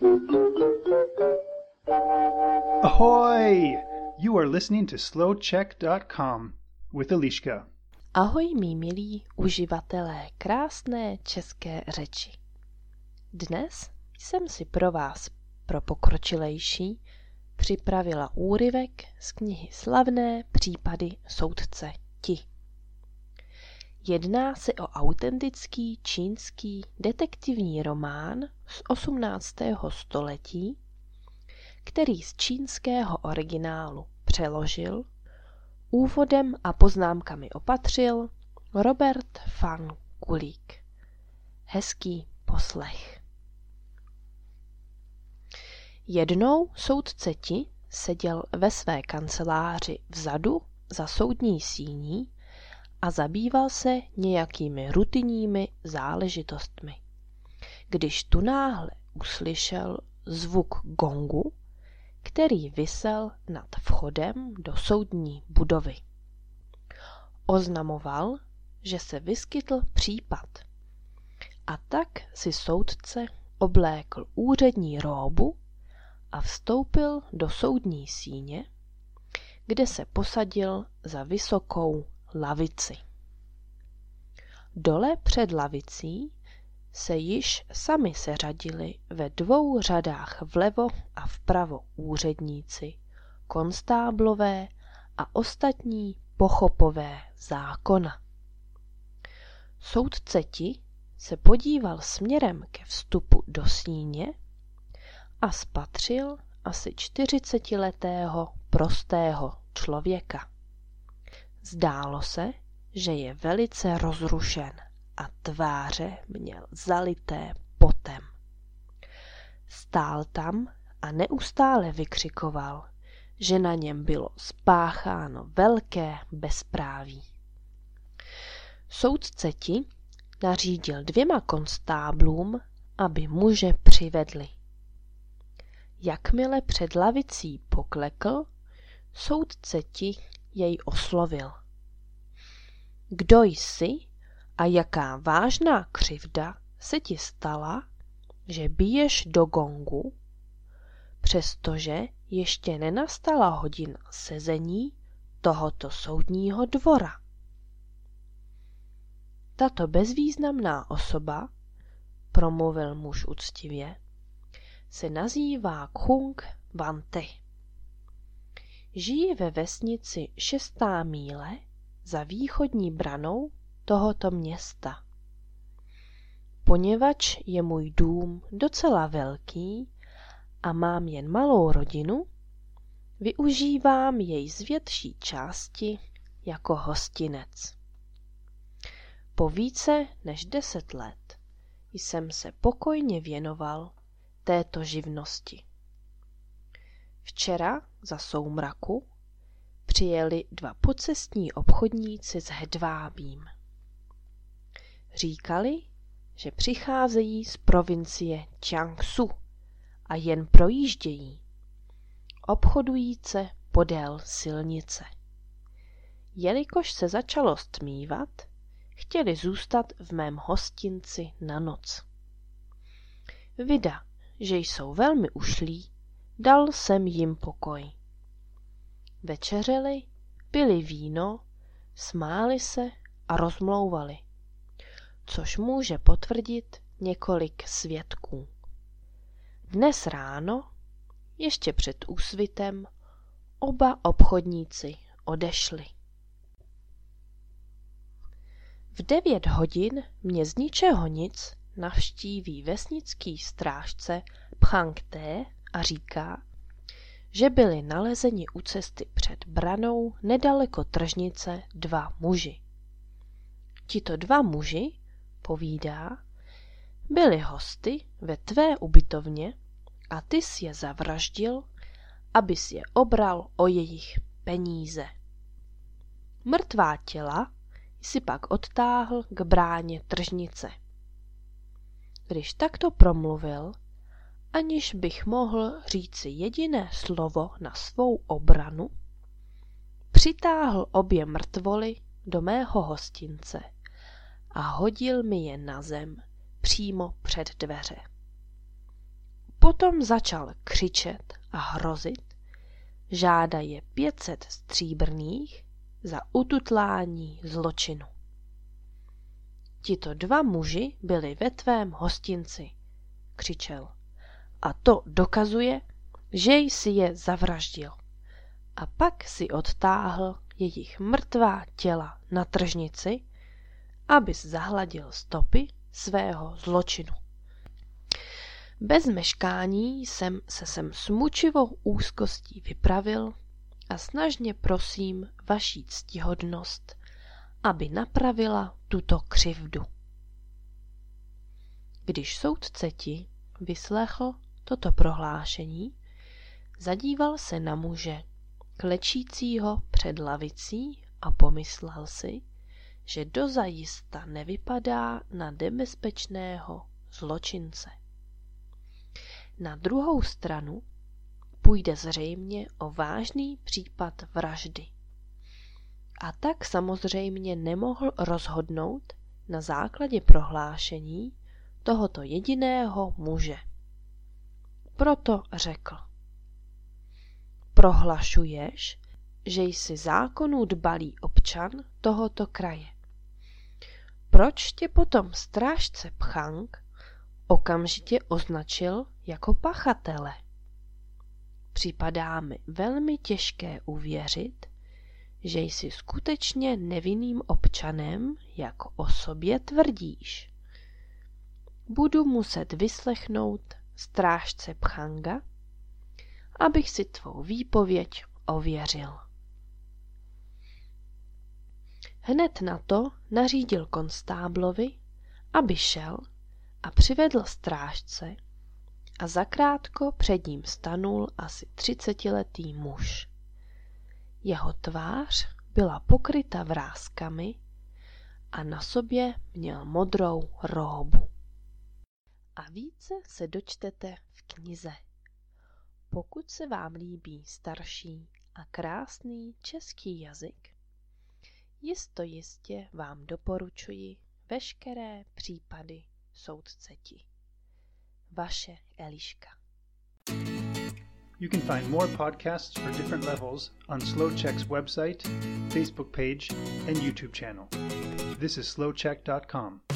Ahoy! You are listening to slowcheck.com with Eliška. Ahoj, mí milí uživatelé krásné české řeči. Dnes jsem si pro vás, pro pokročilejší, připravila úryvek z knihy Slavné případy soudce Ti. Jedná se o autentický čínský detektivní román z 18. století, který z čínského originálu přeložil, úvodem a poznámkami opatřil Robert van Kulik. Hezký poslech. Jednou soudce Ti seděl ve své kanceláři vzadu za soudní síní a zabýval se nějakými rutinními záležitostmi, když tu náhle uslyšel zvuk gongu, který visel nad vchodem do soudní budovy. Oznamoval, že se vyskytl případ, a tak si soudce oblékl úřední róbu a vstoupil do soudní síně, kde se posadil za vysokou lavici. Dole před lavicí se již sami seřadili ve 2 řadách vlevo a vpravo úředníci, konstáblové a ostatní pochopové zákona. Soudce Ti se podíval směrem ke vstupu do síně a spatřil asi 40letého prostého člověka. Zdálo se, že je velice rozrušen a tváře měl zalité potem. Stál tam a neustále vykřikoval, že na něm bylo spácháno velké bezpráví. Soudce Ti nařídil 2 konstáblům, aby muže přivedli. Jakmile před lavicí poklekl, soudce Ti jej oslovil. Kdo jsi a jaká vážná křivda se ti stala, že biješ do gongu, přestože ještě nenastala hodina sezení tohoto soudního dvora? Tato bezvýznamná osoba, promluvil muž uctivě, se nazývá Kung Van Te. Žije ve vesnici 6. míle za východní branou tohoto města. Poněvadž je můj dům docela velký a mám jen malou rodinu, využívám jej z větší části jako hostinec. Po více než 10 let jsem se pokojně věnoval této živnosti. Včera za soumraku přijeli 2 pocestní obchodníci s hedvábím. Říkali, že přicházejí z provincie Jiangsu a jen projíždějí, obchodujíce podél silnice. Jelikož se začalo stmívat, chtěli zůstat v mém hostinci na noc. Vida, že jsou velmi ušlí, dal jsem jim pokoj. Večeřeli, pili víno, smáli se a rozmlouvali, což může potvrdit několik svědků. Dnes ráno, ještě před úsvitem, oba obchodníci odešli. V 9 hodin mě z ničeho nic navštíví vesnický strážce Phang Te a říká, že byli nalezeni u cesty před branou nedaleko tržnice 2 muži. Tito 2 muži, povídá, byli hosty ve tvé ubytovně a ty jsi je zavraždil, abys je obral o jejich peníze. Mrtvá těla si pak odtáhl k bráně tržnice. Když takto promluvil, aniž bych mohl říci jediné slovo na svou obranu, přitáhl obě mrtvoly do mého hostince a hodil mi je na zem přímo před dveře. Pod potom začal křičet a hrozit, žádaje 500 stříbrných za ututlání zločinu. Tito 2 muži byli ve tvém hostinci, křičel, a to dokazuje, že jsi je zavraždil. A pak si odtáhl jejich mrtvá těla na tržnici, abys zahladil stopy svého zločinu. Bez meškání jsem se sem s mučivou úzkostí vypravil a snažně prosím vaší ctihodnost, aby napravila tuto křivdu. Když soudce ti vyslechl toto prohlášení, zadíval se na muže, klečícího před lavicí a pomyslel si, že dozajista nevypadá na nebezpečného zločince. Na druhou stranu půjde zřejmě o vážný případ vraždy. A tak samozřejmě nemohl rozhodnout na základě prohlášení tohoto jediného muže. Proto řekl: prohlašuješ, že jsi zákonů dbalý občan tohoto kraje. Proč tě potom strážce Pchang okamžitě označil jako pachatele? Připadá mi velmi těžké uvěřit, že jsi skutečně nevinným občanem, jak o sobě tvrdíš. Budu muset vyslechnout strážce Pchanga, abych si tvou výpověď ověřil. Hned na to nařídil konstáblovi, aby šel a přivedl strážce a zakrátko před ním stanul asi 30letý muž. Jeho tvář byla pokryta vráskami a na sobě měl modrou róbu. A více se dočtete v knize. Pokud se vám líbí starší a krásný český jazyk, jistě vám doporučuji veškeré případy soudceti. Vaše Eliška. You can find more podcasts for different levels on SlowCheck's website, Facebook page, and YouTube channel. This is slowcheck.com.